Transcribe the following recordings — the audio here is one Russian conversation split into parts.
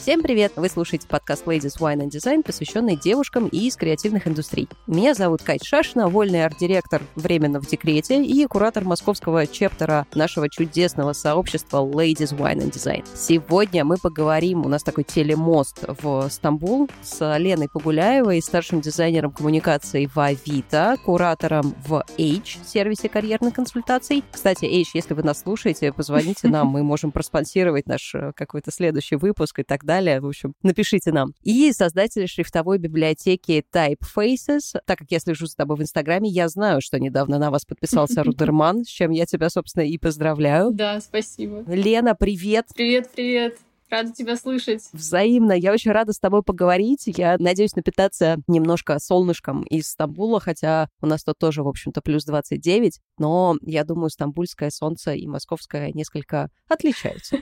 Всем привет! Вы слушаете подкаст Ladies Wine and Design, посвященный девушкам из креативных индустрий. Меня зовут Катя Шашина, вольный арт-директор временно в декрете и куратор московского чептера нашего чудесного сообщества Ladies Wine and Design. Сегодня мы поговорим, у нас такой телемост в Стамбул с Леной Погуляевой, старшим дизайнером коммуникации в Авито, куратором в H, сервисе карьерных консультаций. Кстати, H, если вы нас слушаете, позвоните нам, мы можем проспонсировать наш какой-то следующий выпуск и так далее. В общем, напишите нам. И создатель шрифтовой библиотеки Typefaces. Так как я слежу за тобой в Инстаграме, я знаю, что недавно на вас подписался Рудерман, с чем я тебя, собственно, и поздравляю. Да, спасибо. Лена, привет. Привет. Рада тебя слышать. Взаимно. Я очень рада с тобой поговорить. Я надеюсь напитаться немножко солнышком из Стамбула, хотя у нас тут тоже, в общем-то, плюс 29, но я думаю, стамбульское солнце и московское несколько отличаются.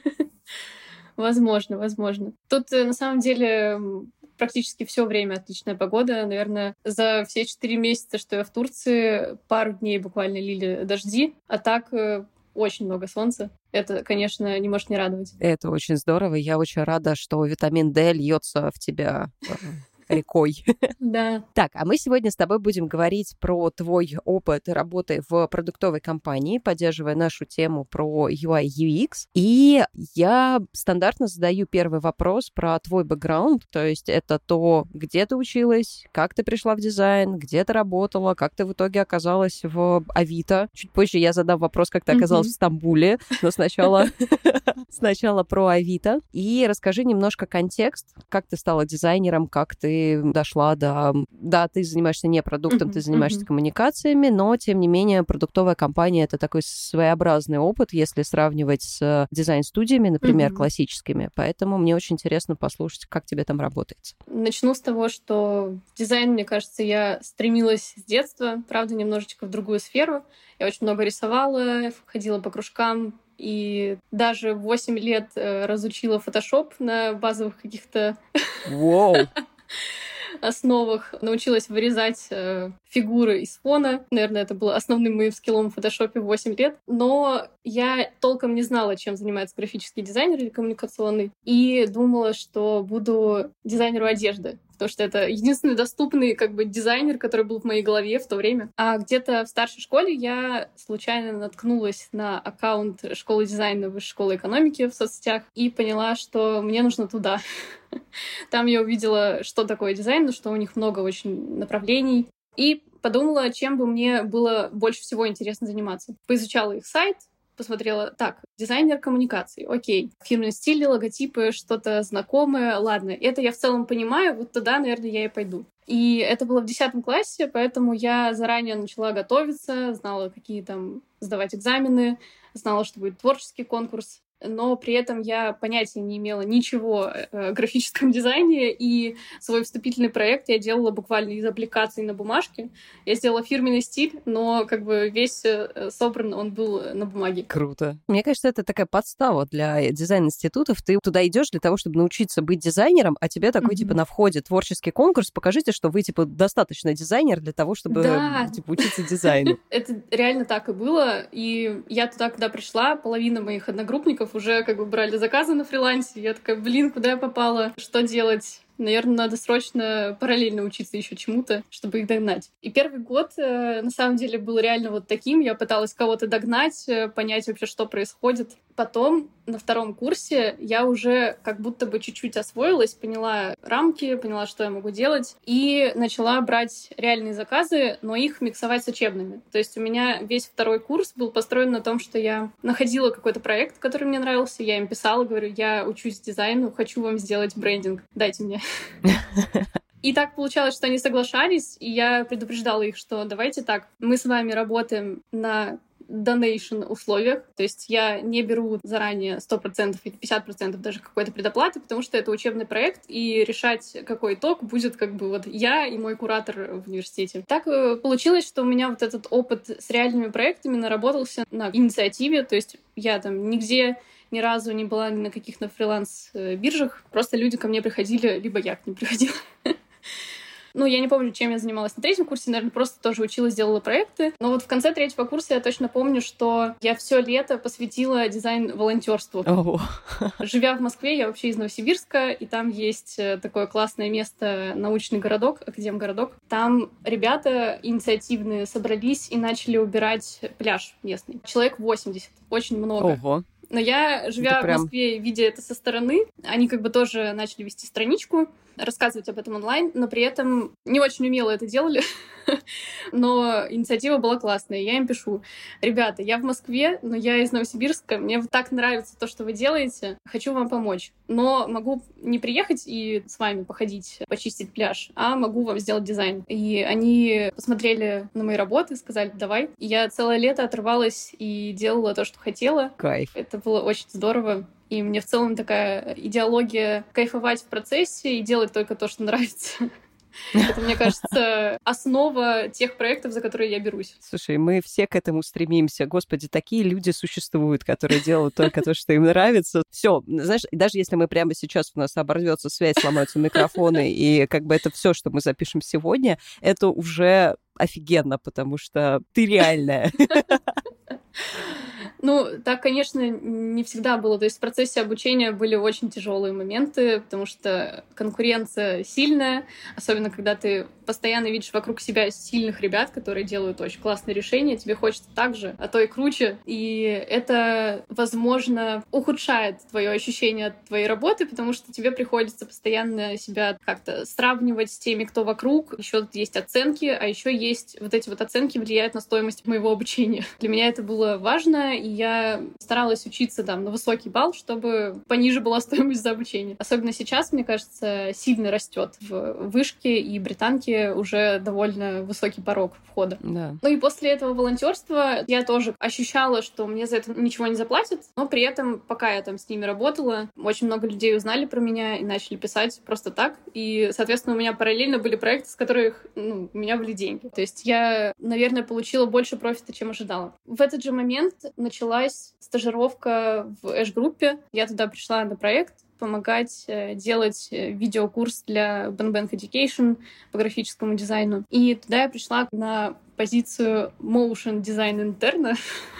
Возможно. Тут, на самом деле, практически все время отличная погода. Наверное, за все 4 месяца, что я в Турции, пару дней буквально лили дожди, а так очень много солнца. Это, конечно, не может не радовать. Это очень здорово. Я очень рада, что витамин D льется в тебя рекой. Да. Так, а мы сегодня с тобой будем говорить про твой опыт работы в продуктовой компании, поддерживая нашу тему про UI UX. И я стандартно задаю первый вопрос про твой бэкграунд, то есть это то, где ты училась, как ты пришла в дизайн, где ты работала, как ты в итоге оказалась в Авито. Чуть позже я задам вопрос, как ты оказалась в Стамбуле, но сначала про Авито. И расскажи немножко контекст, как ты стала дизайнером, как ты дошла до... Да, ты занимаешься не продуктом, ты занимаешься коммуникациями, но, тем не менее, продуктовая компания — это такой своеобразный опыт, если сравнивать с дизайн-студиями, например, классическими. Поэтому мне очень интересно послушать, как тебе там работает. Начну с того, что дизайн, мне кажется, я стремилась с детства, правда, немножечко в другую сферу. Я очень много рисовала, ходила по кружкам, и даже в 8 лет разучила Photoshop на базовых каких-то... основах, научилась вырезать фигуры из фона. Наверное, это было основным моим скиллом в фотошопе в 8 лет. Но я толком не знала, чем занимается графический дизайнер или коммуникационный. И думала, что буду дизайнером одежды. Потому что это единственный доступный дизайнер, который был в моей голове в то время. А где-то в старшей школе я случайно наткнулась на аккаунт школы дизайна Высшей школы экономики в соцсетях и поняла, что мне нужно туда. Там я увидела, что такое дизайн, что у них много очень направлений. И подумала, чем бы мне было больше всего интересно заниматься. Поизучала их сайт, посмотрела, так, дизайнер коммуникаций, окей, фирменный стиль, логотипы, что-то знакомое, ладно, это я в целом понимаю, вот туда, наверное, я и пойду. И это было в 10 классе, поэтому я заранее начала готовиться, знала, какие там сдавать экзамены, знала, что будет творческий конкурс, но при этом я понятия не имела ничего о графическом дизайне, и свой вступительный проект я делала буквально из аппликаций на бумажке. Я сделала фирменный стиль, но весь собран он был на бумаге. Круто. Мне кажется, это такая подстава для дизайн-институтов. Ты туда идешь для того, чтобы научиться быть дизайнером, а тебе такой, на входе творческий конкурс, покажите, что вы, достаточно дизайнер для того, чтобы, учиться дизайну. Это реально так и было. И я туда, когда пришла, половина моих одногруппников уже брали заказы на фрилансе. Я такая, куда я попала? Что делать? Наверное, надо срочно параллельно учиться еще чему-то, чтобы их догнать. И первый год, на самом деле, был реально вот таким. Я пыталась кого-то догнать, понять вообще, что происходит. Потом, на втором курсе, я уже как будто бы чуть-чуть освоилась, поняла рамки, поняла, что я могу делать, и начала брать реальные заказы, но их миксовать с учебными. То есть у меня весь второй курс был построен на том, что я находила какой-то проект, который мне нравился, я им писала, говорю, я учусь дизайну, хочу вам сделать брендинг, дайте мне. И так получалось, что они соглашались, и я предупреждала их, что давайте так, мы с вами работаем на donation условиях, то есть я не беру заранее 100% или 50% даже какой-то предоплаты, потому что это учебный проект, и решать, какой итог будет я и мой куратор в университете. Так получилось, что у меня вот этот опыт с реальными проектами наработался на инициативе, то есть я там нигде ни разу не была ни на каких на фриланс-биржах, просто люди ко мне приходили, либо я к ним приходила. Ну, я не помню, чем я занималась на третьем курсе, наверное, просто тоже училась, делала проекты. Но вот в конце третьего курса я точно помню, что я все лето посвятила дизайн-волонтерству. Живя в Москве, я вообще из Новосибирска, и там есть такое классное место, научный городок, академгородок. Там ребята инициативные собрались и начали убирать пляж местный. Человек 80, очень много. Ого. Но я, живя в Москве, видя это со стороны, они как бы тоже начали вести страничку, рассказывать об этом онлайн, но при этом не очень умело это делали. Но инициатива была классная. Я им пишу: ребята, я в Москве, но я из Новосибирска, мне так нравится то, что вы делаете, хочу вам помочь. Но могу не приехать и с вами походить, почистить пляж, а могу вам сделать дизайн. И они посмотрели на мои работы, сказали: давай. И я целое лето отрывалась и делала то, что хотела. Кайф. Это было очень здорово. И мне в целом такая идеология кайфовать в процессе и делать только то, что нравится. Это, мне кажется, основа тех проектов, за которые я берусь. Слушай, мы все к этому стремимся. Господи, такие люди существуют, которые делают только то, что им нравится. Все, знаешь, даже если мы прямо сейчас, у нас оборвется связь, сломаются микрофоны, и как бы это все, что мы запишем сегодня, это уже офигенно, потому что ты реальная. Ну, так, конечно, не всегда было. То есть в процессе обучения были очень тяжелые моменты, потому что конкуренция сильная, особенно когда ты постоянно видишь вокруг себя сильных ребят, которые делают очень классные решения, тебе хочется так же, а то и круче. И это, возможно, ухудшает твое ощущение от твоей работы, потому что тебе приходится постоянно себя как-то сравнивать с теми, кто вокруг. Еще тут есть оценки, а еще есть вот эти вот оценки влияют на стоимость моего обучения. Для меня это было важно, и я старалась учиться там на высокий балл, чтобы пониже была стоимость за обучение. Особенно сейчас, мне кажется, сильно растет. В вышке и британке уже довольно высокий порог входа. Да. Ну и после этого волонтерства я тоже ощущала, что мне за это ничего не заплатят, но при этом, пока я там с ними работала, очень много людей узнали про меня и начали писать просто так. И, соответственно, у меня параллельно были проекты, с которых у меня были деньги. То есть я, наверное, получила больше профита, чем ожидала. В этот же момент началась стажировка в Эш-группе. Я туда пришла на проект помогать делать видеокурс для BenBank Education по графическому дизайну. И туда я пришла на позицию motion design интерна.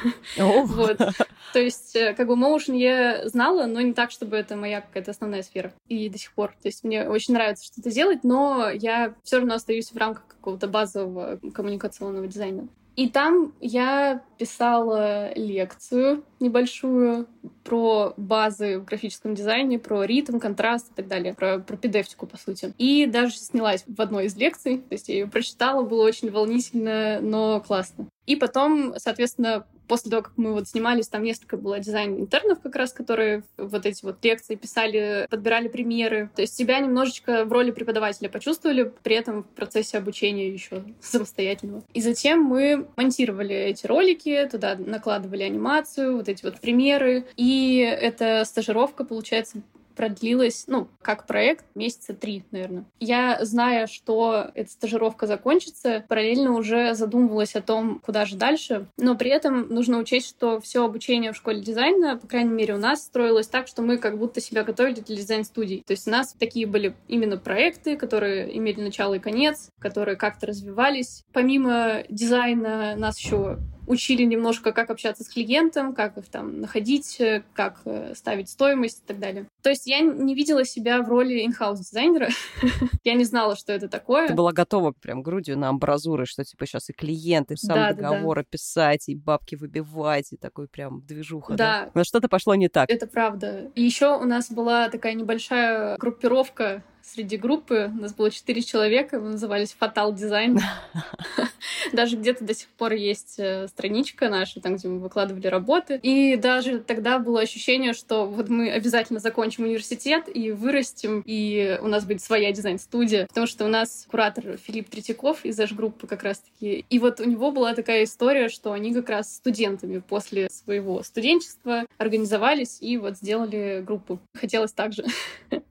Вот. То есть, как бы, motion я знала, но не так, чтобы это моя какая-то основная сфера. И до сих пор. То есть мне очень нравится что-то делать, но я все равно остаюсь в рамках какого-то базового коммуникационного дизайна. И там я писала лекцию небольшую про базы в графическом дизайне, про ритм, контраст и так далее, про педевтику, по сути. И даже снялась в одной из лекций, то есть я ее прочитала, было очень волнительно, но классно. И потом, соответственно, после того, как мы вот снимались, там несколько было дизайн-интернов как раз, которые вот эти вот лекции писали, подбирали примеры. То есть себя немножечко в роли преподавателя почувствовали, при этом в процессе обучения еще самостоятельного. И затем мы монтировали эти ролики, туда накладывали анимацию, вот эти вот примеры. И эта стажировка, получается, продлилась, как проект, месяца 3, наверное. Я, зная, что эта стажировка закончится, параллельно уже задумывалась о том, куда же дальше. Но при этом нужно учесть, что все обучение в школе дизайна, по крайней мере, у нас строилось так, что мы как будто себя готовили для дизайн-студий. То есть у нас такие были именно проекты, которые имели начало и конец, которые как-то развивались. Помимо дизайна нас еще учили немножко, как общаться с клиентом, как их там находить, как ставить стоимость и так далее. То есть я не видела себя в роли in-house-дизайнера. Я не знала, что это такое. Ты была готова прям грудью на амбразуры, что типа сейчас и клиенты, сам договор писать, и бабки выбивать, и такой прям движуха, да? Но что-то пошло не так. Это правда. И еще у нас была такая небольшая группировка среди группы. У нас было 4 человека, мы назывались Fatal Design. Даже где-то до сих пор есть страничка наша, там, где мы выкладывали работы. И даже тогда было ощущение, что вот мы обязательно закончим университет и вырастем, и у нас будет своя дизайн-студия. Потому что у нас куратор Филипп Третьяков из Эш-группы как раз-таки. И вот у него была такая история, что они как раз студентами после своего студенчества организовались и вот сделали группу. Хотелось так же.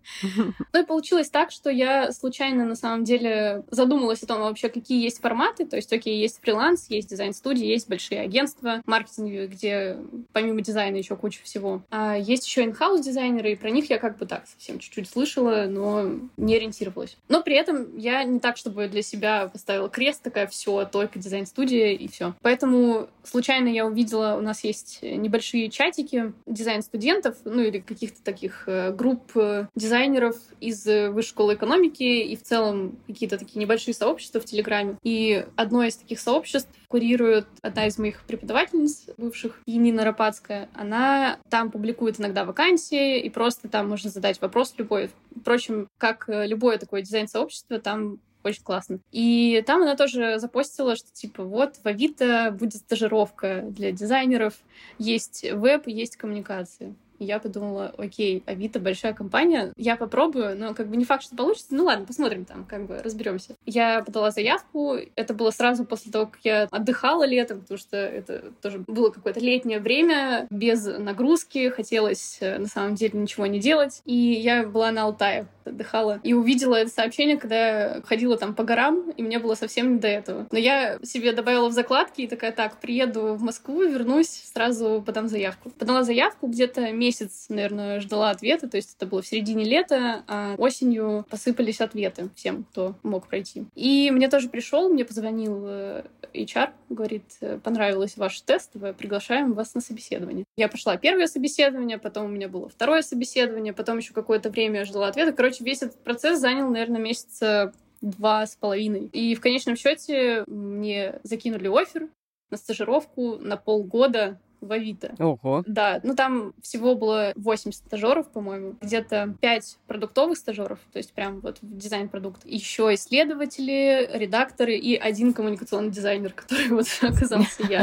Ну и получилось так, что я случайно, на самом деле, задумалась о том вообще, какие есть форматы. То есть, окей, есть фриланс, есть дизайн-студии, есть большие агентства, маркетинговые, где помимо дизайна еще куча всего. А есть еще in-house дизайнеры, и про них я как бы так совсем чуть-чуть слышала, но не ориентировалась. Но при этом я не так, чтобы для себя поставила крест, такая, все, только дизайн-студия и все. Поэтому случайно я увидела, у нас есть небольшие чатики дизайн-студентов, ну или каких-то таких групп дизайнеров из Высшей школы экономики и в целом какие-то такие небольшие сообщества в Телеграме. И одно из таких сообществ курирует одна из моих преподавательниц бывших, Енина Рапацкая. Она там публикует иногда вакансии, и просто там можно задать вопрос любой. Впрочем, как любое такое дизайн-сообщество, там очень классно. И там она тоже запостила, что типа вот в Авито будет стажировка для дизайнеров, есть веб, есть коммуникации. И я подумала, окей, Авито большая компания, я попробую, но как бы не факт, что получится. Ну ладно, посмотрим там, как бы разберемся. Я подала заявку, это было сразу после того, как я отдыхала летом, потому что это тоже было какое-то летнее время, без нагрузки, хотелось на самом деле ничего не делать. И я была на Алтае, отдыхала, и увидела это сообщение, когда я ходила там по горам, и мне было совсем не до этого. Но я себе добавила в закладки и такая, так, приеду в Москву, вернусь, сразу подам заявку. Подала заявку, где-то месяц, наверное, ждала ответа, то есть это было в середине лета, а осенью посыпались ответы всем, кто мог пройти. И мне тоже мне позвонил HR, говорит, понравилось ваше тестовое, приглашаем вас на собеседование. Я прошла первое собеседование, потом у меня было второе собеседование, потом еще какое-то время я ждала ответа. Короче, весь этот процесс занял, наверное, месяца 2,5. И в конечном счете мне закинули оффер на стажировку на полгода в Авито. Ого. Да, ну там всего было 8 стажеров, по-моему, где-то 5 продуктовых стажеров, то есть прям вот в дизайн-продукт. Еще исследователи, редакторы и один коммуникационный дизайнер, который вот оказался я.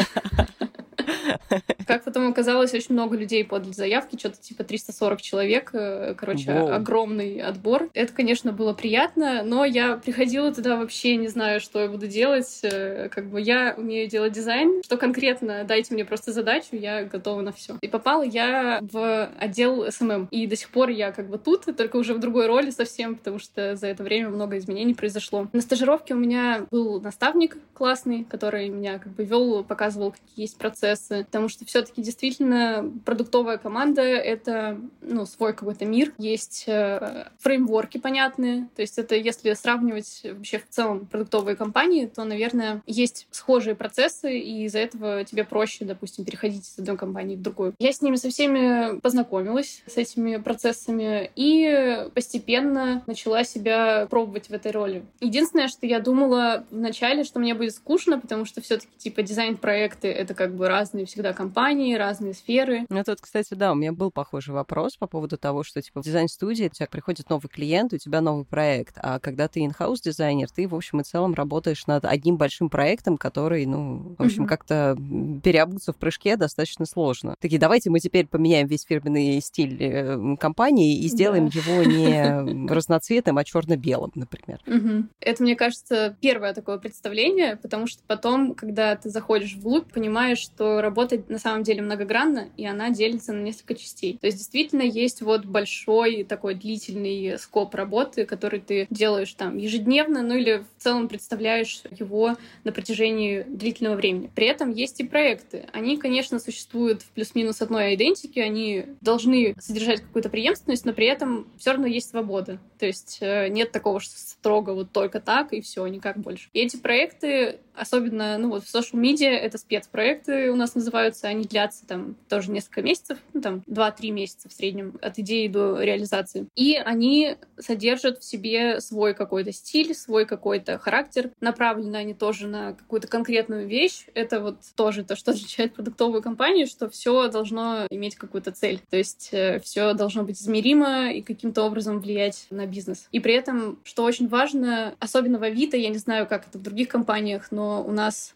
Как потом оказалось, очень много людей подали заявки, что-то типа 340 человек. Короче, огромный отбор. Это, конечно, было приятно, но я приходила туда вообще не знаю, что я буду делать. Как бы я умею делать дизайн. Что конкретно, дайте мне просто задачу, я готова на все. И попала я в отдел SMM. И до сих пор я как бы тут, только уже в другой роли совсем, потому что за это время много изменений произошло. На стажировке у меня был наставник классный, который меня как бы вел, показывал, какие есть процессы, потому что все-таки действительно продуктовая команда — это, ну, свой какой-то мир. Есть фреймворки понятные, то есть это если сравнивать вообще в целом продуктовые компании, то, наверное, есть схожие процессы, и из-за этого тебе проще, допустим, переходить из одной компании в другую. Я с ними со всеми познакомилась, с этими процессами, и постепенно начала себя пробовать в этой роли. Единственное, что я думала вначале, что мне будет скучно, потому что все-таки типа дизайн-проекты — это как бы разные всегда компании, разные сферы. Ну, тут, кстати, да, у меня был похожий вопрос по поводу того, что, типа, в дизайн-студии у тебя приходит новый клиент, у тебя новый проект, а когда ты in-house дизайнер, ты, в общем и целом, работаешь над одним большим проектом, который, ну, в общем, как-то переобуться в прыжке достаточно сложно. Такие, давайте мы теперь поменяем весь фирменный стиль компании и сделаем его не разноцветным, а черно-белым, например. Это, мне кажется, первое такое представление, потому что потом, когда ты заходишь вглубь, понимаешь, что работа на самом деле многогранна, и она делится на несколько частей. То есть действительно есть вот большой такой длительный скоп работы, который ты делаешь там ежедневно, ну или в целом представляешь его на протяжении длительного времени. При этом есть и проекты. Они, конечно, существуют в плюс-минус одной идентике, они должны содержать какую-то преемственность, но при этом все равно есть свобода. То есть нет такого, что строго вот только так, и все, никак больше. И эти проекты, особенно, ну вот в social media, это спецпроекты у нас называются, они длятся там тоже несколько месяцев, ну там 2-3 месяца в среднем от идеи до реализации. И они содержат в себе свой какой-то стиль, свой какой-то характер. Направлены они тоже на какую-то конкретную вещь. Это вот тоже то, что отличает продуктовую компанию, что все должно иметь какую-то цель. То есть все должно быть измеримо и каким-то образом влиять на бизнес. И при этом, что очень важно, особенно в Авито, я не знаю, как это в других компаниях, но у нас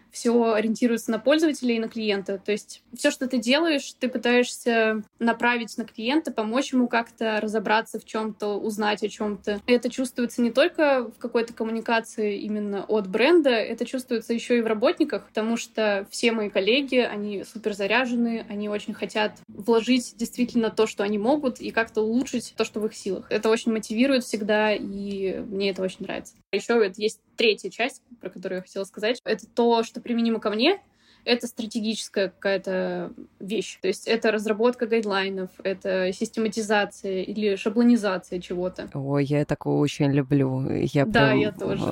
все ориентируется на пользователя и на клиента. То есть все, что ты делаешь, ты пытаешься направить на клиента, помочь ему как-то разобраться в чем-то, узнать о чем-то. Это чувствуется не только в какой-то коммуникации именно от бренда, это чувствуется еще и в работниках, потому что все мои коллеги, они супер заряжены, они очень хотят вложить действительно то, что они могут, и как-то улучшить то, что в их силах. Это очень мотивирует всегда, и мне это очень нравится. Еще есть третья часть, про которую я хотела сказать. Это то, что применимо ко мне. Это стратегическая какая-то вещь. То есть это разработка гайдлайнов, это систематизация или шаблонизация чего-то. Ой, я такое очень люблю. Да, я тоже.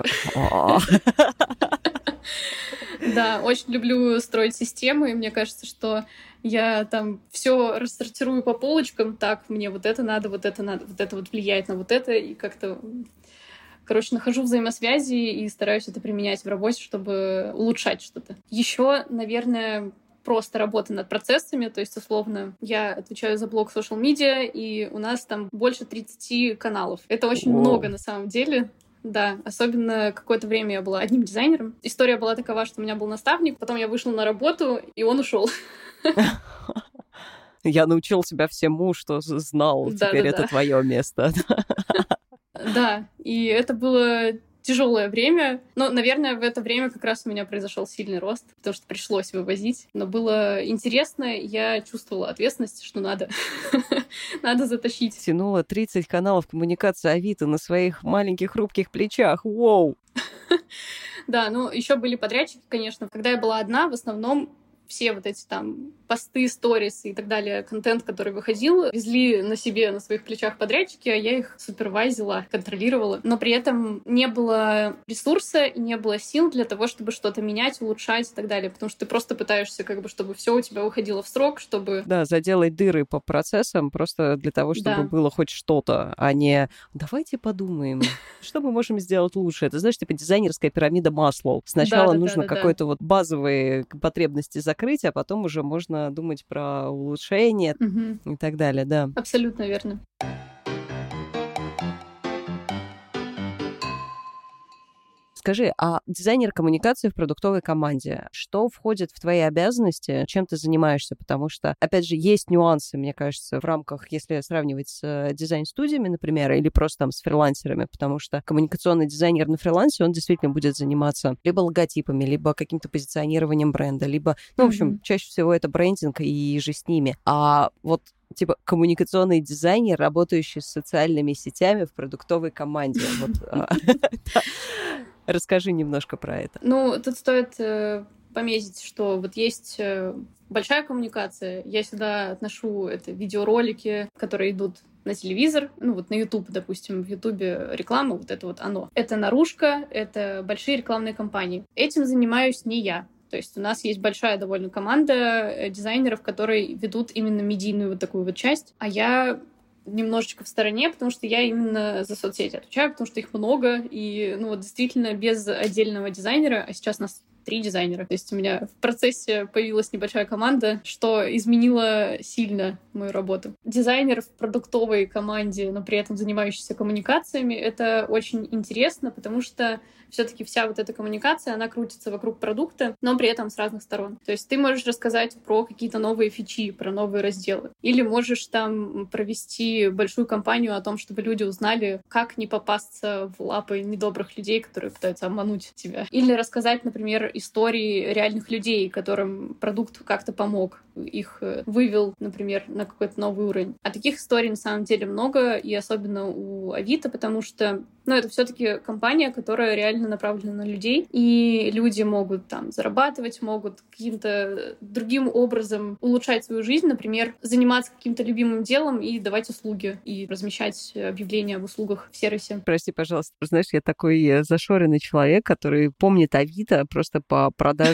Да, очень люблю строить системы, и мне кажется, что я там все рассортирую по полочкам. Так, мне вот это надо, вот это вот влияет на вот это, и как-то... Короче, нахожу взаимосвязи и стараюсь это применять в работе, чтобы улучшать что-то. Еще, наверное, просто работа над процессами, то есть, условно, я отвечаю за блог social media, и у нас там больше 30 каналов. Это очень много на самом деле. Да, особенно какое-то время я была одним дизайнером. История была такова, что у меня был наставник, потом я вышла на работу, и он ушел. Я научил тебя всему, что знал. Теперь это твое место. Да, и это было тяжелое время, но, наверное, в это время как раз у меня произошел сильный рост, потому что пришлось вывозить. Но было интересно, я чувствовала ответственность, что надо затащить. Тянула 30 каналов коммуникации Авито на своих маленьких хрупких плечах. Воу! Да, ну еще были подрядчики, конечно. Когда я была одна, в основном все вот эти там посты, сторис и так далее, контент, который выходил, везли на себе, на своих плечах подрядчики, а я их супервайзила, контролировала. Но при этом не было ресурса и не было сил для того, чтобы что-то менять, улучшать и так далее, потому что ты просто пытаешься, как бы, чтобы все у тебя выходило в срок, чтобы... Да, заделать дыры по процессам просто для того, чтобы было хоть что-то, а не «давайте подумаем, что мы можем сделать лучше». Это, знаешь, типа дизайнерская пирамида Маслоу. Сначала нужно какой-то вот базовые потребности закрыть, а потом уже можно думать про улучшение и так далее, да. Абсолютно верно. Скажи, а дизайнер коммуникации в продуктовой команде, что входит в твои обязанности, чем ты занимаешься? Потому что, опять же, есть нюансы, мне кажется, в рамках, если сравнивать с дизайн-студиями, например, или просто там с фрилансерами, потому что коммуникационный дизайнер на фрилансе, он действительно будет заниматься либо логотипами, либо каким-то позиционированием бренда, либо, ну, в общем, чаще всего это брендинг и же с ними. А вот типа коммуникационный дизайнер, работающий с социальными сетями в продуктовой команде. Расскажи немножко про это. Ну, тут стоит пометить, что вот есть большая коммуникация. Я сюда отношу это видеоролики, которые идут на телевизор, ну вот на YouTube, допустим, в YouTube реклама, вот это вот оно. Это наружка, это большие рекламные кампании. Этим занимаюсь не я. То есть у нас есть большая довольно команда дизайнеров, которые ведут именно медийную вот такую вот часть, а я немножечко в стороне, потому что я именно за соцсети отвечаю, потому что их много, и, ну, вот действительно без отдельного дизайнера, а сейчас нас 3 дизайнера. То есть у меня в процессе появилась небольшая команда, что изменило сильно мою работу. Дизайнер в продуктовой команде, но при этом занимающийся коммуникациями, это очень интересно, потому что все-таки вся вот эта коммуникация, она крутится вокруг продукта, но при этом с разных сторон. То есть ты можешь рассказать про какие-то новые фичи, про новые разделы. Или можешь там провести большую кампанию о том, чтобы люди узнали, как не попасться в лапы недобрых людей, которые пытаются обмануть тебя. Или рассказать, например, истории реальных людей, которым продукт как-то помог, их вывел, например, на какой-то новый уровень. А таких историй на самом деле много, и особенно у Авито, потому что, ну, это все-таки компания, которая реально направлена на людей, и люди могут там зарабатывать, могут каким-то другим образом улучшать свою жизнь, например, заниматься каким-то любимым делом и давать услуги, и размещать объявления об услугах в сервисе. Прости, пожалуйста, знаешь, я такой зашоренный человек, который помнит Авито просто по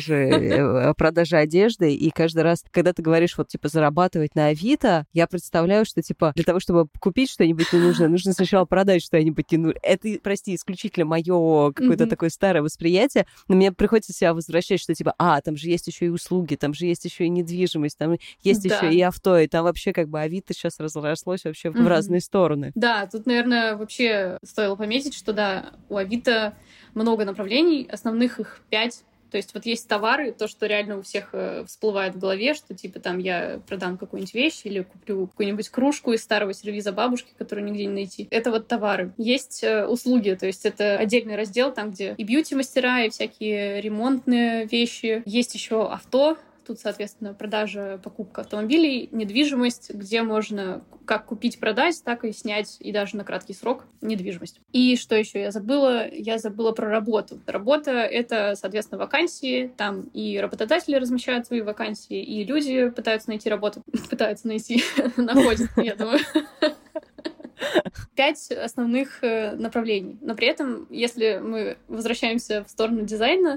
продаже одежды, и каждый раз, когда ты говоришь вот, типа, зарабатывать на Авито, я представляю, что, типа, для того, чтобы купить что-нибудь ненужное, нужно сначала продать что-нибудь ненужное. Это, прости, исключительно мое какое-то такое старое восприятие, но мне приходится себя возвращать, что, типа, там же есть еще и услуги, там же есть еще и недвижимость, там есть еще и авто, и там вообще как бы Авито сейчас разрослось вообще в разные стороны. Да, тут, наверное, вообще стоило пометить, что, да, у Авито много направлений, основных их 5 То есть вот есть товары, то, что реально у всех всплывает в голове, что типа там я продам какую-нибудь вещь или куплю какую-нибудь кружку из старого сервиза бабушки, которую нигде не найти. Это вот товары. Есть услуги, то есть это отдельный раздел, там, где и бьюти-мастера, и всякие ремонтные вещи. Есть еще авто. Тут, соответственно, продажа, покупка автомобилей, недвижимость, где можно как купить, продать, так и снять, и даже на краткий срок недвижимость. И что еще я забыла? Я забыла про работу. Работа — это, соответственно, вакансии. Там и работодатели размещают свои вакансии, и люди пытаются найти работу. Пытаются найти. Находят, я думаю. 5 основных направлений. Но при этом, если мы возвращаемся в сторону дизайна,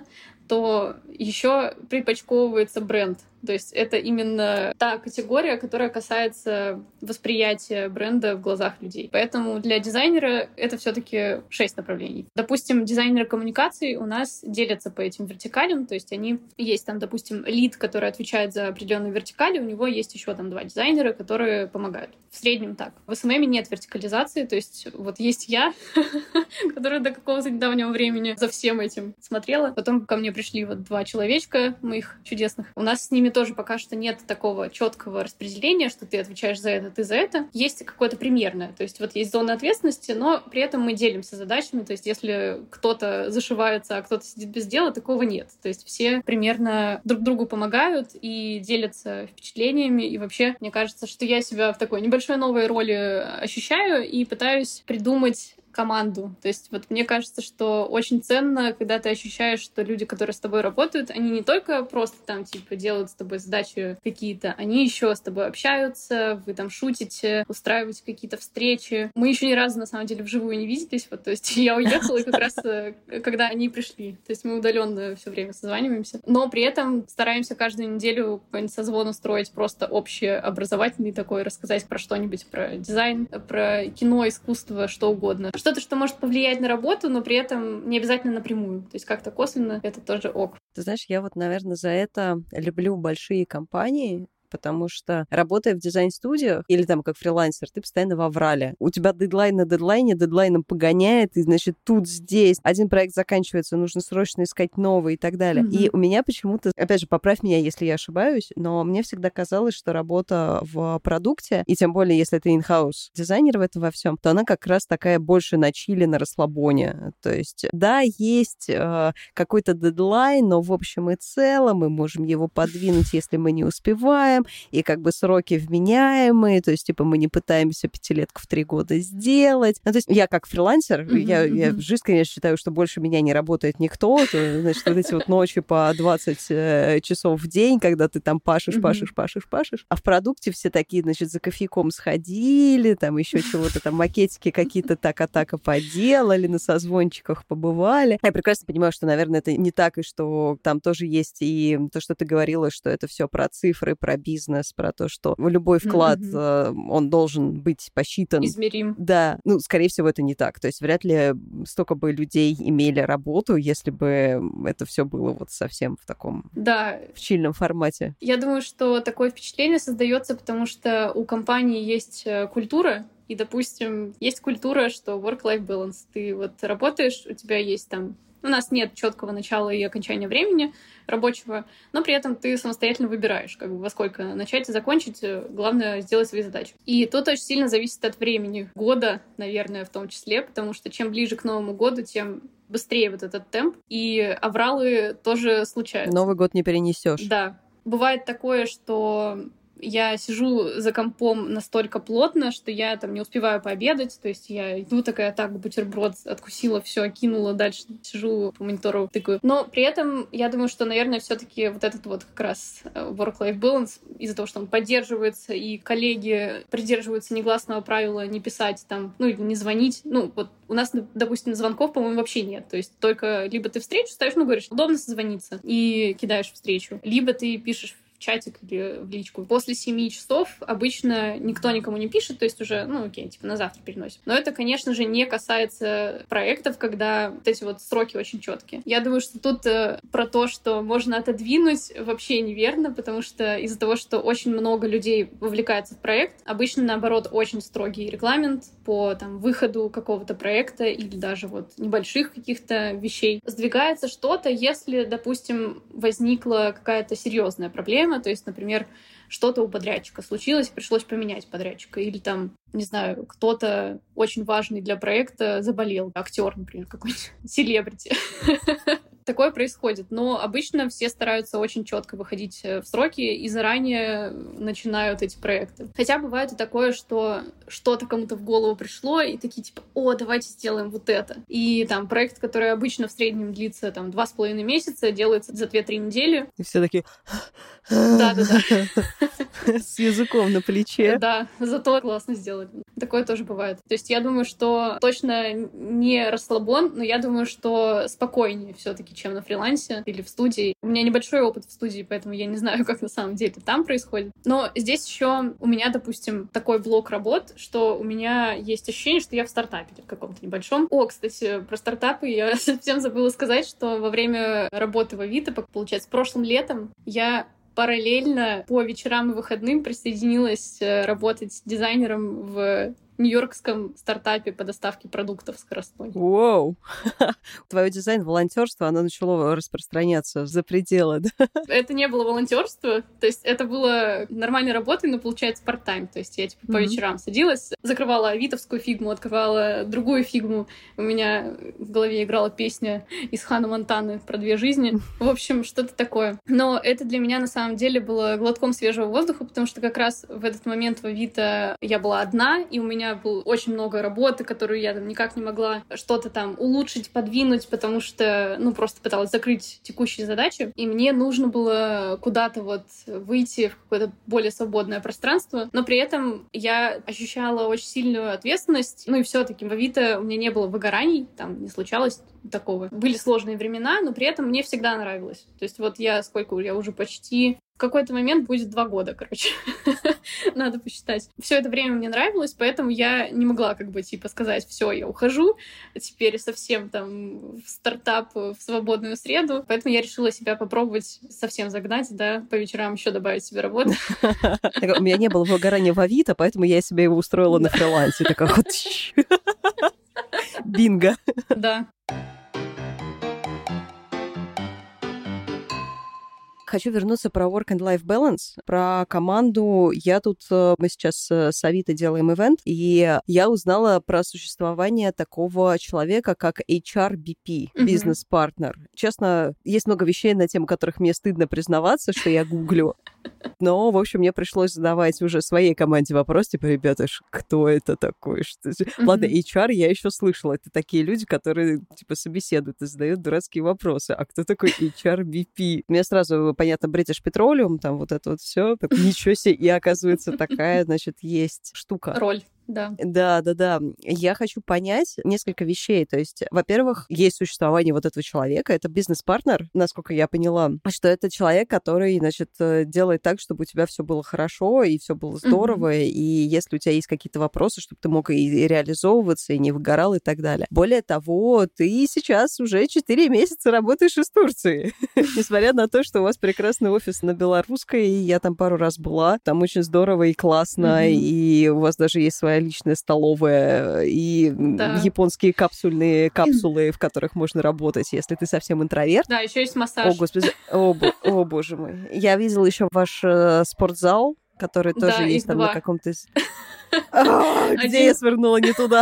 то еще припочковывается бренд. То есть это именно та категория, которая касается восприятия бренда в глазах людей. Поэтому для дизайнера это все-таки 6 направлений. Допустим, дизайнеры коммуникаций у нас делятся по этим вертикалям, то есть они есть там, допустим, лид, который отвечает за определенные вертикали, у него есть еще там 2 дизайнера, которые помогают. В среднем так. В СММ нет вертикализации, то есть вот есть я, которая до какого-то недавнего времени за всем этим смотрела. Потом ко мне пришли вот 2 человечка моих чудесных. У нас с ними тоже пока что нет такого четкого распределения, что ты отвечаешь за это, ты за это. Есть какое-то примерное. То есть вот есть зона ответственности, но при этом мы делимся задачами. То есть если кто-то зашивается, а кто-то сидит без дела, такого нет. То есть все примерно друг другу помогают и делятся впечатлениями. И вообще, мне кажется, что я себя в такой небольшой новой роли ощущаю и пытаюсь придумать команду. То есть вот мне кажется, что очень ценно, когда ты ощущаешь, что люди, которые с тобой работают, они не только просто там типа делают с тобой задачи какие-то, они еще с тобой общаются, вы там шутите, устраиваете какие-то встречи. Мы еще ни разу на самом деле вживую не виделись, вот, то есть я уехала, и как раз когда они пришли. То есть мы удаленно все время созваниваемся. Но при этом стараемся каждую неделю какой-нибудь созвон устроить просто общеобразовательный такой, рассказать про что-нибудь, про дизайн, про кино, искусство, что угодно. Что-то, что может повлиять на работу, но при этом не обязательно напрямую. То есть как-то косвенно это тоже ок. Ты знаешь, я вот, наверное, за это люблю большие компании, потому что, работая в дизайн-студиях или там как фрилансер, ты постоянно в аврале. У тебя дедлайн на дедлайне, дедлайном погоняет, и, значит, тут, здесь. Один проект заканчивается, нужно срочно искать новый и так далее. И у меня почему-то, опять же, поправь меня, если я ошибаюсь, но мне всегда казалось, что работа в продукте, и тем более, если ты in-house дизайнер в этом во всем, то она как раз такая больше на чиле, на расслабоне. То есть, да, есть какой-то дедлайн, но в общем и целом мы можем его подвинуть, если мы не успеваем, и как бы сроки вменяемые, то есть, типа, мы не пытаемся 5-летку в 3 года сделать. Ну, то есть, я как фрилансер, я в жизни, конечно, считаю, что больше меня не работает никто, то, значит, вот эти вот ночи по 20 часов в день, когда ты там пашешь, а в продукте все такие, значит, за кофейком сходили, там еще чего-то, там макетики какие-то так-атака поделали, на созвончиках побывали. Я прекрасно понимаю, что, наверное, это не так, и что там тоже есть и то, что ты говорила, что это все про цифры, про бизнес, про то, что любой вклад, он должен быть посчитан. Измерим. Да, ну, скорее всего, это не так. То есть вряд ли столько бы людей имели работу, если бы это все было вот совсем в таком в чильном формате. Я думаю, что такое впечатление создается, потому что у компании есть культура, и, допустим, есть культура, что work-life balance. Ты вот работаешь, у тебя есть там... У нас нет четкого начала и окончания времени рабочего, но при этом ты самостоятельно выбираешь, как бы во сколько начать и закончить. Главное — сделать свои задачи. И тут очень сильно зависит от времени, года, наверное, в том числе, потому что чем ближе к Новому году, тем быстрее вот этот темп. И авралы тоже случаются. Новый год не перенесешь. Да. Бывает такое, что я сижу за компом настолько плотно, что я там не успеваю пообедать, то есть я иду такая, так, бутерброд откусила, все, кинула, дальше сижу по монитору, тыкаю. Но при этом я думаю, что, наверное, все-таки вот этот вот как раз work-life balance, из-за того, что он поддерживается, и коллеги придерживаются негласного правила не писать там, ну или не звонить. Ну вот у нас, допустим, звонков, по-моему, вообще нет. То есть только либо ты встречу ставишь, ну говоришь, удобно созвониться, и кидаешь встречу, либо ты пишешь в чатик или в личку. После 7 часов обычно никто никому не пишет, то есть уже, окей, типа на завтра переносим. Но это, конечно же, не касается проектов, когда вот эти вот сроки очень четкие. Я думаю, что тут про то, что можно отодвинуть, вообще неверно, потому что из-за того, что очень много людей вовлекается в проект, обычно, наоборот, очень строгий регламент по там выходу какого-то проекта или даже вот небольших каких-то вещей. Сдвигается что-то, если, допустим, возникла какая-то серьезная проблема, то есть, например, что-то у подрядчика случилось, пришлось поменять подрядчика, или там, не знаю, кто-то очень важный для проекта заболел, актер, например, какой-нибудь селебрити. Такое происходит, но обычно все стараются очень четко выходить в сроки и заранее начинают эти проекты. Хотя бывает и такое, что что-то кому-то в голову пришло, и такие типа, давайте сделаем вот это. И там проект, который обычно в среднем длится там 2,5 месяца, делается за 2-3 недели. И все такие... Да-да-да. С языком на плече. Да, зато классно сделали. Такое тоже бывает. То есть я думаю, что точно не расслабон, но я думаю, что спокойнее все-таки, чем на фрилансе или в студии. У меня небольшой опыт в студии, поэтому я не знаю, как на самом деле там происходит. Но здесь еще у меня, допустим, такой блок работ, что у меня есть ощущение, что я в стартапе каком-то небольшом. Кстати, про стартапы я совсем забыла сказать, что во время работы в Авито, получается, прошлым летом я параллельно по вечерам и выходным присоединилась работать дизайнером в нью-йоркском стартапе по доставке продуктов скоростной. Воу! Твое дизайн-волонтерство, оно начало распространяться за пределы, да? Это не было волонтерство, то есть это было нормальной работой, но, получается, парт-тайм. То есть я типа по вечерам садилась, закрывала авитовскую фигму, открывала другую фигму. У меня в голове играла песня из Ханна Монтаны про 2 жизни. В общем, что-то такое. Но это для меня на самом деле было глотком свежего воздуха, потому что как раз в этот момент в Авито я была одна, и у меня было очень много работы, которую я там никак не могла что-то там улучшить, подвинуть, потому что, просто пыталась закрыть текущие задачи, и мне нужно было куда-то вот выйти в какое-то более свободное пространство, но при этом я ощущала очень сильную ответственность, и все-таки в Авито у меня не было выгораний, там не случалось такого. Были сложные времена, но при этом мне всегда нравилось. То есть вот я уже почти... В какой-то момент будет 2 года, короче. Надо посчитать. Все это время мне нравилось, поэтому я не могла сказать, все, я ухожу, теперь совсем там в стартап, в свободную среду. Поэтому я решила себя попробовать совсем загнать, да, по вечерам еще добавить себе работу. У меня не было выгорания в Авито, поэтому я себе его устроила на фрилансе. Такая вот... Бинго. Да. Хочу вернуться про work and life balance, про команду. Мы сейчас с Авито делаем ивент, и я узнала про существование такого человека, как HRBP, бизнес-партнер. Честно, есть много вещей, на тему которых мне стыдно признаваться, что я гуглю. Но, в общем, мне пришлось задавать уже своей команде вопрос, типа, ребята, кто это такой? Ладно, HR я еще слышала. Это такие люди, которые, собеседуют и задают дурацкие вопросы. А кто такой HRBP? Мне сразу понятно, British Petroleum, там вот это вот все. Ничего себе. И оказывается, такая, есть штука. Роль. Да. Да. Я хочу понять несколько вещей. То есть, во-первых, есть существование вот этого человека. Это бизнес-партнер, насколько я поняла, что это человек, который, делает так, чтобы у тебя все было хорошо и все было здорово. И если у тебя есть какие-то вопросы, чтобы ты мог и реализовываться, и не выгорал, и так далее. Более того, ты сейчас уже 4 месяца работаешь из Турции. Несмотря на то, что у вас прекрасный офис на Белорусской, я там пару раз была. Там очень здорово и классно, и у вас даже есть своя личная столовая и японские капсулы, в которых можно работать, если ты совсем интроверт. Да, еще есть массаж. О, господи, о, боже мой. Я видела еще ваш спортзал, который тоже есть там 2. На каком-то... Где я свернула не туда?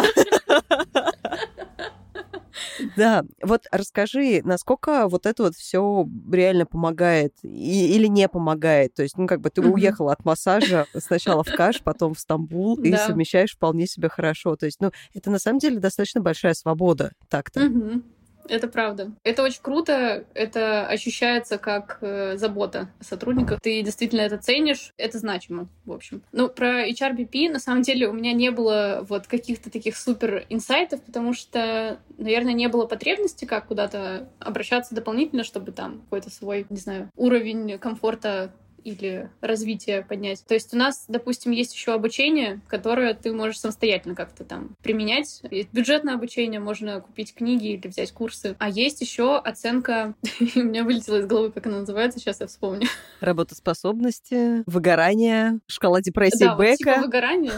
Да, вот расскажи, насколько вот это вот все реально помогает или не помогает? То есть, ты уехала от массажа сначала в Каш, потом в Стамбул, и совмещаешь вполне себе хорошо. То есть, это на самом деле достаточно большая свобода так-то. Это правда. Это очень круто, это ощущается как забота о сотрудниках. Ты действительно это ценишь, это значимо, в общем. Про HRBP, на самом деле, у меня не было вот каких-то таких супер инсайтов, потому что, наверное, не было потребности как куда-то обращаться дополнительно, чтобы там какой-то свой, не знаю, уровень комфорта или развитие поднять. То есть у нас, допустим, есть еще обучение, которое ты можешь самостоятельно как-то там применять. Есть бюджетное обучение, можно купить книги или взять курсы. А есть еще оценка, у меня вылетело из головы, как она называется, сейчас я вспомню. Работоспособности, выгорание, шкала депрессии Да, Бека. вот типа выгорания.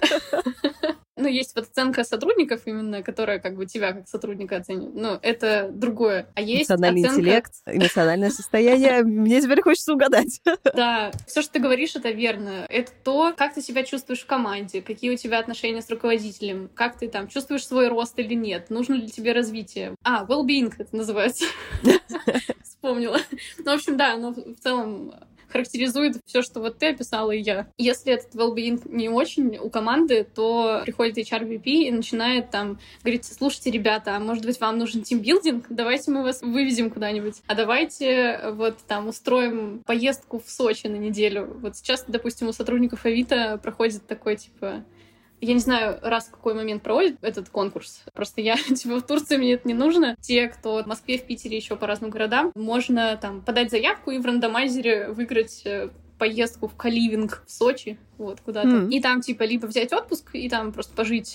Ну, есть вот оценка сотрудников именно, которая как бы тебя как сотрудника оценивает. Но это другое. А есть эмоциональный оценка... интеллект, эмоциональное состояние. Мне теперь хочется угадать. Да, все, что ты говоришь, это верно. Это то, как ты себя чувствуешь в команде, какие у тебя отношения с руководителем, как ты там чувствуешь свой рост или нет, нужно ли тебе развитие. Well-being это называется. Вспомнила. Ну, в общем, да, но в целом характеризует все, что вот ты описала и я. Если этот well-being не очень у команды, то приходит HRBP и начинает там говорить: слушайте, ребята, а может быть, вам нужен тимбилдинг? Давайте мы вас вывезем куда-нибудь. А давайте вот там устроим поездку в Сочи на неделю. Вот сейчас, допустим, у сотрудников Авито проходит такой, типа... Я не знаю, раз в какой момент проводит этот конкурс. Просто я, типа, в Турции мне это не нужно. Те, кто в Москве, в Питере, еще по разным городам, можно там подать заявку и в рандомайзере выиграть поездку в каливинг в Сочи, вот, куда-то. И там, типа, либо взять отпуск и там просто пожить,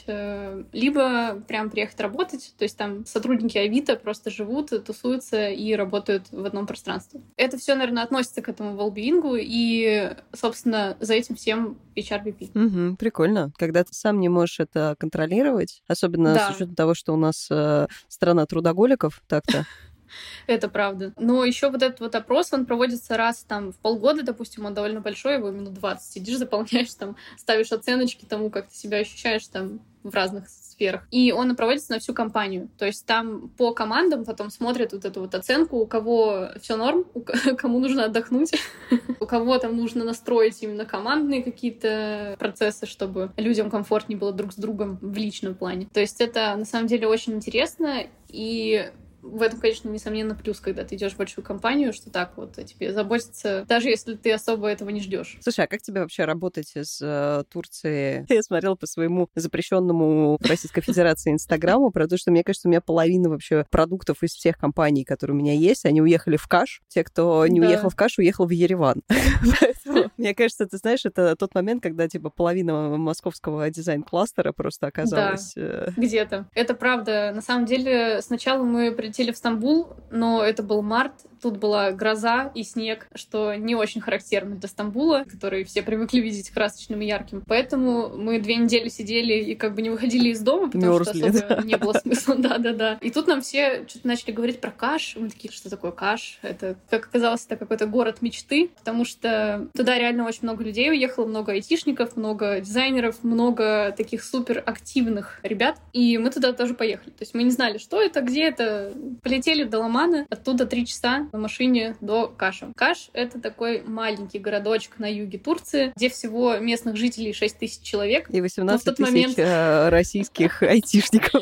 либо прям приехать работать. То есть там сотрудники Авито просто живут, тусуются и работают в одном пространстве. Это все, наверное, относится к этому well-being, и, собственно, за этим всем HRBP. Прикольно. Когда ты сам не можешь это контролировать, особенно с учетом того, что у нас страна трудоголиков, так-то. Это правда. Но еще вот этот вот опрос, он проводится раз там в полгода, допустим, он довольно большой, его минут 20 сидишь, заполняешь там, ставишь оценочки тому, как ты себя ощущаешь там в разных сферах. И он проводится на всю компанию. То есть там по командам потом смотрят вот эту вот оценку, у кого все норм, кому нужно отдохнуть, у кого там нужно настроить именно командные какие-то процессы, чтобы людям комфортнее было друг с другом в личном плане. То есть это на самом деле очень интересно, и в этом, конечно, несомненно, плюс, когда ты идешь в большую компанию, что так вот о тебе заботятся, даже если ты особо этого не ждешь. Слушай, а как тебе вообще работать из Турции? Я смотрела по своему запрещенному в Российской Федерации Инстаграму про то, что, мне кажется, у меня половина вообще продуктов из всех компаний, которые у меня есть, они уехали в Каш. Те, кто не уехал в Каш, уехал в Ереван. Мне кажется, ты знаешь, это тот момент, когда типа половина московского дизайн-кластера просто оказалась... где-то. Это правда. На самом деле, сначала мы прилетели в Стамбул, но это был март, тут была гроза и снег, что не очень характерно для Стамбула, который все привыкли видеть красочным и ярким. Поэтому мы 2 недели сидели и как бы не выходили из дома, потому Мерзли, что особо не было смысла. Да. И тут нам все что-то начали говорить про Каш. Мы такие: что такое Каш? Это, как оказалось, это какой-то город мечты, потому что туда реально очень много людей уехало, много айтишников, много дизайнеров, много таких супер активных ребят. И мы туда тоже поехали. То есть мы не знали, что это, где это. Полетели до Ламана, оттуда 3 часа на машине до Каша. Каш — это такой маленький городочек на юге Турции, где всего местных жителей 6 тысяч человек. И 18 тысяч российских айтишников.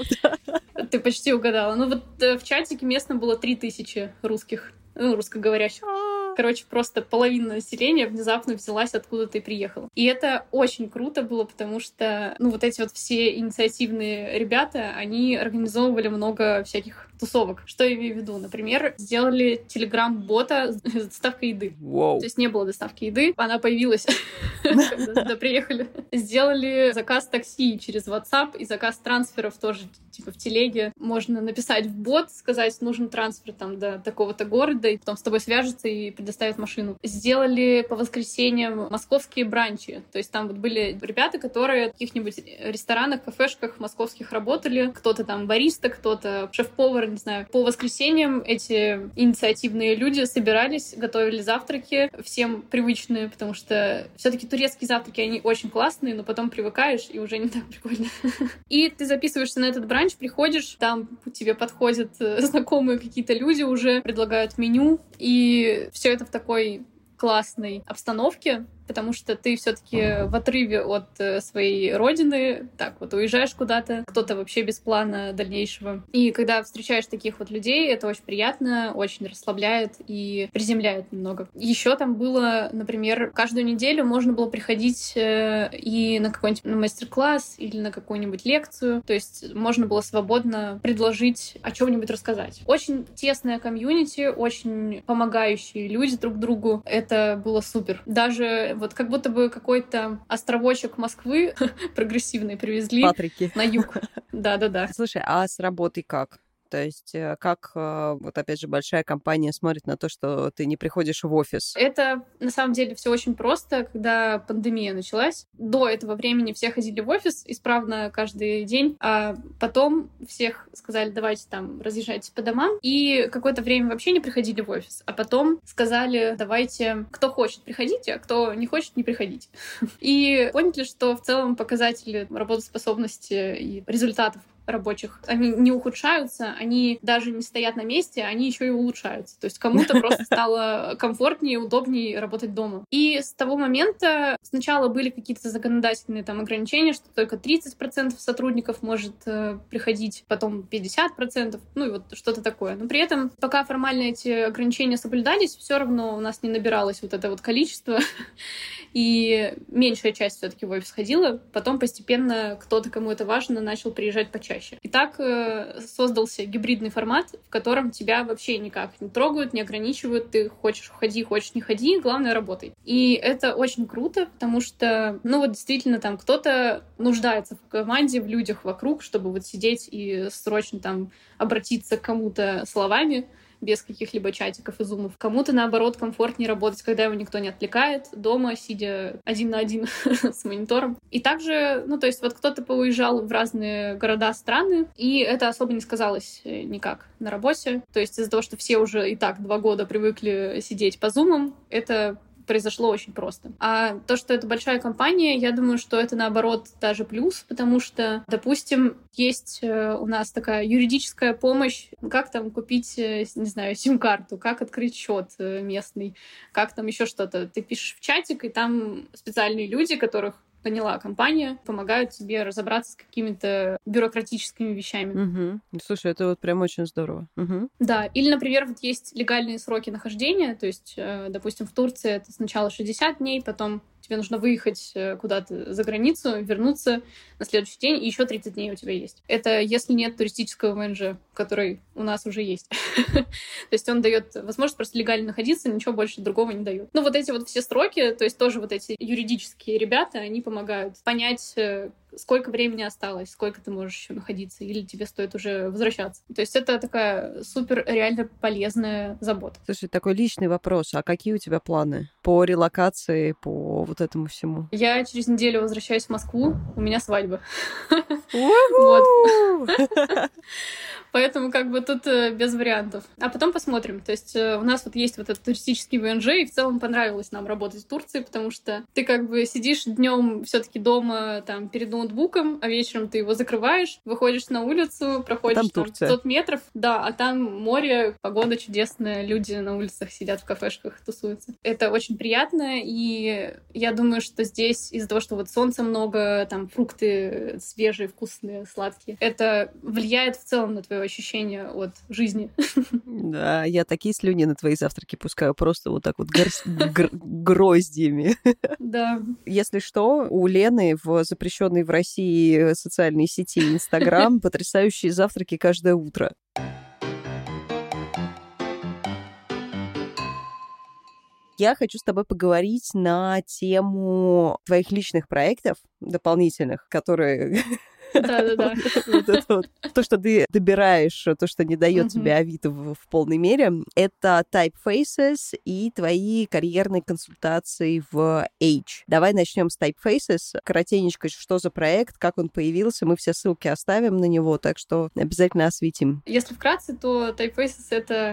Ты почти угадала. Ну вот в чатике местном было 3000 русских, русскоговорящих. Короче, просто половина населения внезапно взялась откуда-то и приехала. И это очень круто было, потому что, вот эти вот все инициативные ребята, они организовывали много всяких тусовок. Что я имею в виду? Например, сделали телеграм-бота с доставкой еды. Wow. То есть не было доставки еды, она появилась, когда туда приехали. Сделали заказ такси через WhatsApp и заказ трансферов тоже, типа в телеге. Можно написать в бот, сказать, нужен трансфер там до такого-то города, и потом с тобой свяжутся и предоставят машину. Сделали по воскресеньям московские бранчи. То есть там вот были ребята, которые в каких-нибудь ресторанах, кафешках московских работали. Кто-то там бариста, кто-то шеф-повар, не знаю. По воскресеньям эти инициативные люди собирались, готовили завтраки, всем привычные, потому что все-таки турецкие завтраки, они очень классные, но потом привыкаешь, и уже не так прикольно. И ты записываешься на этот бранч, приходишь, там тебе подходят знакомые какие-то люди уже, предлагают меню, и все это в такой классной обстановке. потому что ты все-таки в отрыве от своей родины, так вот уезжаешь куда-то, кто-то вообще без плана дальнейшего. И когда встречаешь таких вот людей, это очень приятно, очень расслабляет и приземляет немного. Еще там было, например, каждую неделю можно было приходить и на какой-нибудь мастер-класс или на какую-нибудь лекцию. То есть можно было свободно предложить о чем-нибудь рассказать. Очень тесная комьюнити, очень помогающие люди друг другу. Это было супер. Даже вот как будто бы какой-то островочек Москвы прогрессивный привезли Патрики на юг. Да-да-да. Слушай, а с работой как? То есть как, вот опять же, большая компания смотрит на то, что ты не приходишь в офис? Это, на самом деле, все очень просто. Когда пандемия началась, до этого времени все ходили в офис исправно каждый день, а потом всех сказали, давайте там разъезжайтесь по домам, и какое-то время вообще не приходили в офис. А потом сказали, давайте, кто хочет, приходите, а кто не хочет, не приходите. И поняли, что в целом показатели работоспособности и результатов рабочих, они не ухудшаются, они даже не стоят на месте, они еще и улучшаются. То есть кому-то просто стало комфортнее, удобнее работать дома. И с того момента сначала были какие-то законодательные там ограничения, что только 30% сотрудников может приходить, потом 50%, ну и вот что-то такое. Но при этом, пока формально эти ограничения соблюдались, все равно у нас не набиралось вот это вот количество, и меньшая часть все-таки в офис ходила. Потом постепенно кто-то, кому это важно, начал приезжать почаще. И так создался гибридный формат, в котором тебя вообще никак не трогают, не ограничивают. Ты хочешь — ходи, хочешь — не ходи, главное — работай. И это очень круто, потому что, ну вот действительно, там кто-то нуждается в команде, в людях вокруг, чтобы вот сидеть и срочно там обратиться к кому-то словами, без каких-либо чатиков и зумов. Кому-то, наоборот, комфортнее работать, когда его никто не отвлекает, дома, сидя один на один с монитором. И также, ну, то есть вот кто-то поуезжал в разные города, страны, и это особо не сказалось никак на работе. То есть из-за того, что все уже и так 2 года привыкли сидеть по зумам, это произошло очень просто. А то, что это большая компания, я думаю, что это, наоборот, даже плюс, потому что, допустим, есть у нас такая юридическая помощь, как там купить, не знаю, сим-карту, как открыть счет местный, как там еще что-то. Ты пишешь в чатик, и там специальные люди, которых поняла компания, помогают тебе разобраться с какими-то бюрократическими вещами. Угу. Слушай, это вот прям очень здорово. Угу. Да, или, например, вот есть легальные сроки нахождения, то есть, допустим, в Турции это сначала 60 дней, потом тебе нужно выехать куда-то за границу, вернуться на следующий день, и еще 30 дней у тебя есть. Это если нет туристического ВНЖ, который у нас уже есть. То есть он дает возможность просто легально находиться, ничего больше другого не дает. Ну, вот эти вот все строки, то есть тоже вот эти юридические ребята, они помогают понять, сколько времени осталось, сколько ты можешь еще находиться, или тебе стоит уже возвращаться. То есть это такая супер реально полезная забота. Слушай, такой личный вопрос. А какие у тебя планы по релокации, по вот этому всему? Я через неделю возвращаюсь в Москву, у меня свадьба. Поэтому как бы тут без вариантов. А потом посмотрим. То есть у нас вот есть вот этот туристический ВНЖ, и в целом понравилось нам работать в Турции, потому что ты как бы сидишь днем все-таки дома там перед ноутбуком, а вечером ты его закрываешь, выходишь на улицу, проходишь там 500 метров, да, а там море, погода чудесная, люди на улицах сидят в кафешках, тусуются. Это очень приятно, и я думаю, что здесь из-за того, что вот солнца много, там фрукты свежие, вкусные, сладкие, это влияет в целом на твое ощущение от жизни. Да, я такие слюни на твои завтраки пускаю просто вот так вот гроздьями. Да. Если что, у Лены в запрещенной в России социальной сети Инстаграм потрясающие завтраки каждое утро. Я хочу с тобой поговорить на тему твоих личных проектов дополнительных, которые... Да-да-да. Вот это вот. То, что ты добираешь, то, что не дает тебе Авито в полной мере, это Typefaces и твои карьерные консультации в Age. Давай начнем с Typefaces. Коротенечко, что за проект, как он появился, мы все ссылки оставим на него, так что обязательно осветим. Если вкратце, то Typefaces — это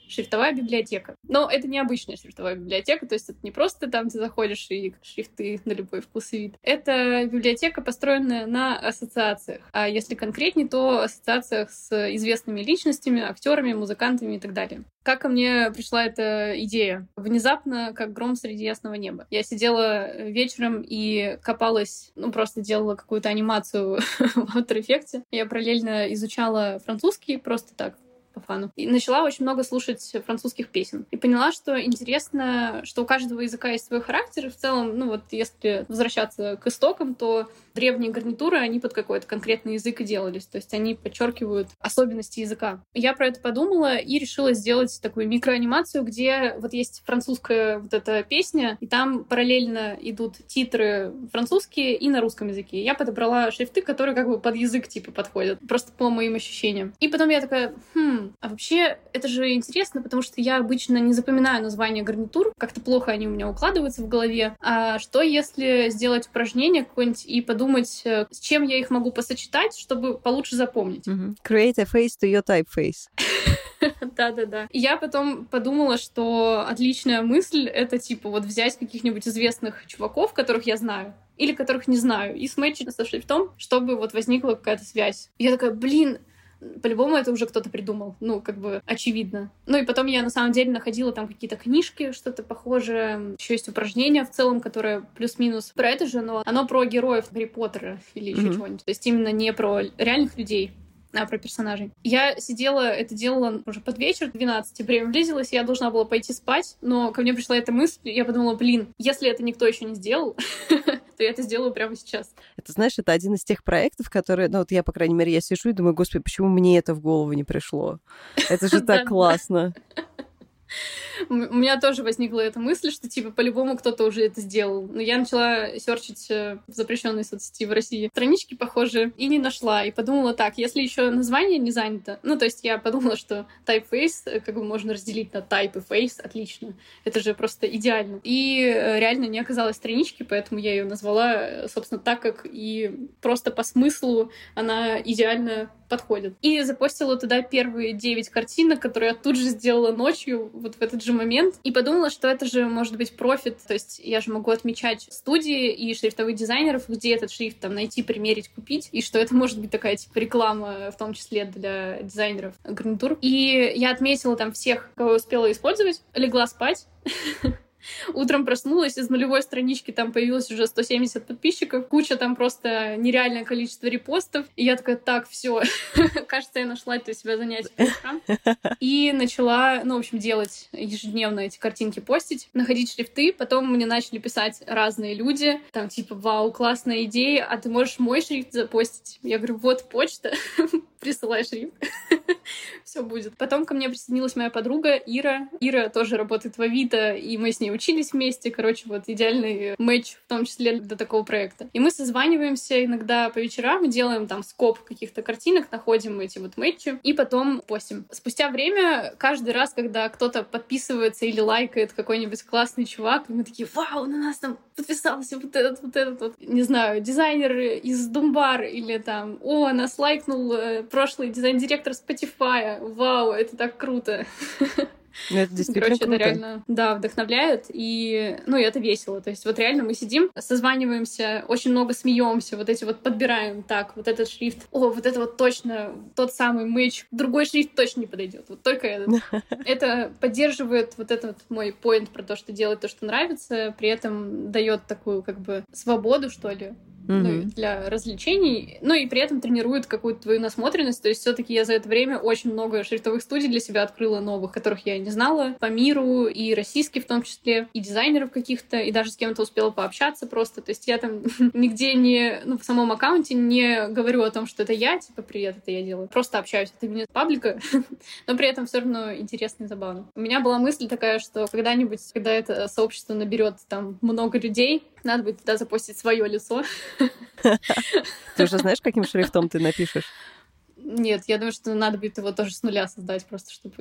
шрифтовая библиотека. Но это не обычная шрифтовая библиотека, то есть это не просто там ты заходишь и шрифты на любой вкус и вид. Это библиотека, построенная на ассоциациях. А если конкретнее, то ассоциациях с известными личностями, актерами, музыкантами и так далее. Как ко мне пришла эта идея? Внезапно, как гром среди ясного неба. Я сидела вечером и копалась, просто делала какую-то анимацию в After Effects. Я параллельно изучала французский, просто так, по фану. И начала очень много слушать французских песен. И поняла, что интересно, что у каждого языка есть свой характер. И в целом, если возвращаться к истокам, то древние гарнитуры, они под какой-то конкретный язык и делались. То есть они подчеркивают особенности языка. Я про это подумала и решила сделать такую микроанимацию, где вот есть французская вот эта песня, и там параллельно идут титры французские и на русском языке. Я подобрала шрифты, которые как бы под язык типа подходят. Просто по моим ощущениям. И потом я такая, а вообще это же интересно, потому что я обычно не запоминаю названия гарнитур, как-то плохо они у меня укладываются в голове. А что если сделать упражнение какое-нибудь и подумать, с чем я их могу посочетать, чтобы получше запомнить? Create a face to your typeface. Да-да-да. И я потом подумала, что отличная мысль — это типа вот взять каких-нибудь известных чуваков, которых я знаю, или которых не знаю, и сметчить со шрифтом, чтобы вот возникла какая-то связь. И я такая, по-любому это уже кто-то придумал. Очевидно. И потом я на самом деле находила там какие-то книжки, что-то похожее. Еще есть упражнение в целом, которое плюс-минус про это же, но оно про героев Гарри Поттера или еще чего-нибудь. То есть именно не про реальных людей, а про персонажей. Я это делала уже под вечер, 12, время близилось, я должна была пойти спать, но ко мне пришла эта мысль, и я подумала, если это никто еще не сделал, то я это сделаю прямо сейчас. Это, знаешь, это один из тех проектов, которые, я, по крайней мере, я сижу и думаю, господи, почему мне это в голову не пришло? Это же так классно. У меня тоже возникла эта мысль, что, по-любому кто-то уже это сделал. Но я начала серчить в запрещенной соцсети в России странички похожие и не нашла. И подумала так, если еще название не занято, то есть я подумала, что typeface можно разделить на type и face, отлично. Это же просто идеально. И реально не оказалось странички, поэтому я ее назвала, собственно, так, как и просто по смыслу она идеально подходит. И запостила туда первые 9 картинок, которые я тут же сделала ночью, вот в этот же момент. И подумала, что это же может быть профит. То есть я же могу отмечать студии и шрифтовых дизайнеров, где этот шрифт там найти, примерить, купить. И что это может быть такая реклама, в том числе для дизайнеров гарнитур. И я отметила там всех, кого я успела использовать. Легла спать. Утром проснулась, из нулевой странички там появилось уже 170 подписчиков, куча там просто нереальное количество репостов. И я такая, так, все, кажется, я нашла для себя занятие по утрам. И начала, делать ежедневно эти картинки, постить, находить шрифты. Потом мне начали писать разные люди, там вау, классная идея, а ты можешь мой шрифт запостить? Я говорю, вот почта, присылай шрифт. Все будет. Потом ко мне присоединилась моя подруга Ира. Ира тоже работает в Авито, и мы с ней учились вместе. Идеальный матч, в том числе для такого проекта. И мы созваниваемся иногда по вечерам, делаем там скоп каких-то картинок, находим эти матчи, и потом постим. Спустя время, каждый раз, когда кто-то подписывается или лайкает какой-нибудь классный чувак, мы такие, вау, на нас там подписался вот этот, не знаю, дизайнер из Думбар, или там, нас лайкнул прошлый дизайн-директор Spotify. Вау, это так круто. Это действительно круто. Это реально, вдохновляет, и, это весело. То есть реально мы сидим, созваниваемся, очень много смеемся, подбираем так, вот этот шрифт. Вот это точно тот самый мэтч. Другой шрифт точно не подойдет. Только этот. Это поддерживает этот мой поинт про то, что делать то, что нравится, при этом дает такую свободу, что ли, для развлечений, и при этом тренирует какую-то твою насмотренность. То есть все-таки я за это время очень много шрифтовых студий для себя открыла новых, которых я не знала, по миру, и российских в том числе, и дизайнеров каких-то, и даже с кем-то успела пообщаться просто. То есть я там нигде не, в самом аккаунте не говорю о том, что это я, привет, это я делаю. Просто общаюсь от имени паблика, но при этом все равно интересно и забавно. У меня была мысль такая, что когда-нибудь, когда это сообщество наберет там много людей, надо будет туда запостить свое лицо. Ты уже знаешь, каким шрифтом ты напишешь? Нет, я думаю, что надо будет его тоже с нуля создать, просто чтобы...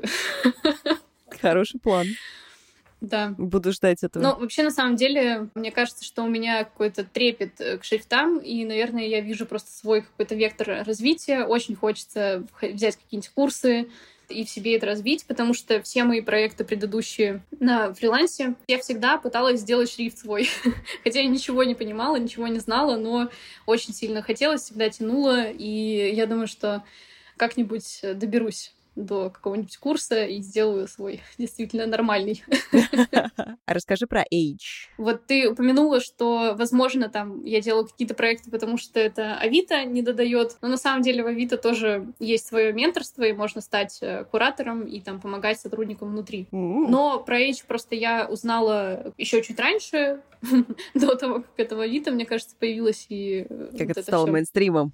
Хороший план. Да. Буду ждать этого. Вообще, на самом деле, мне кажется, что у меня какой-то трепет к шрифтам, и, наверное, я вижу просто свой какой-то вектор развития. Очень хочется взять какие-нибудь курсы, и в себе это развить, потому что все мои проекты предыдущие на фрилансе, я всегда пыталась сделать шрифт свой. Хотя я ничего не понимала, ничего не знала, но очень сильно хотелось, всегда тянула, и я думаю, что как-нибудь доберусь до какого-нибудь курса и сделаю свой действительно нормальный. А расскажи про Age. Вот ты упомянула, что, возможно, там я делаю какие-то проекты, потому что это Авито не додает, но на самом деле в Авито тоже есть свое менторство, и можно стать куратором и там помогать сотрудникам внутри. Но про Age просто я узнала еще чуть раньше, до того, как это в Авито, мне кажется, появилось и... Как это стало мейнстримом.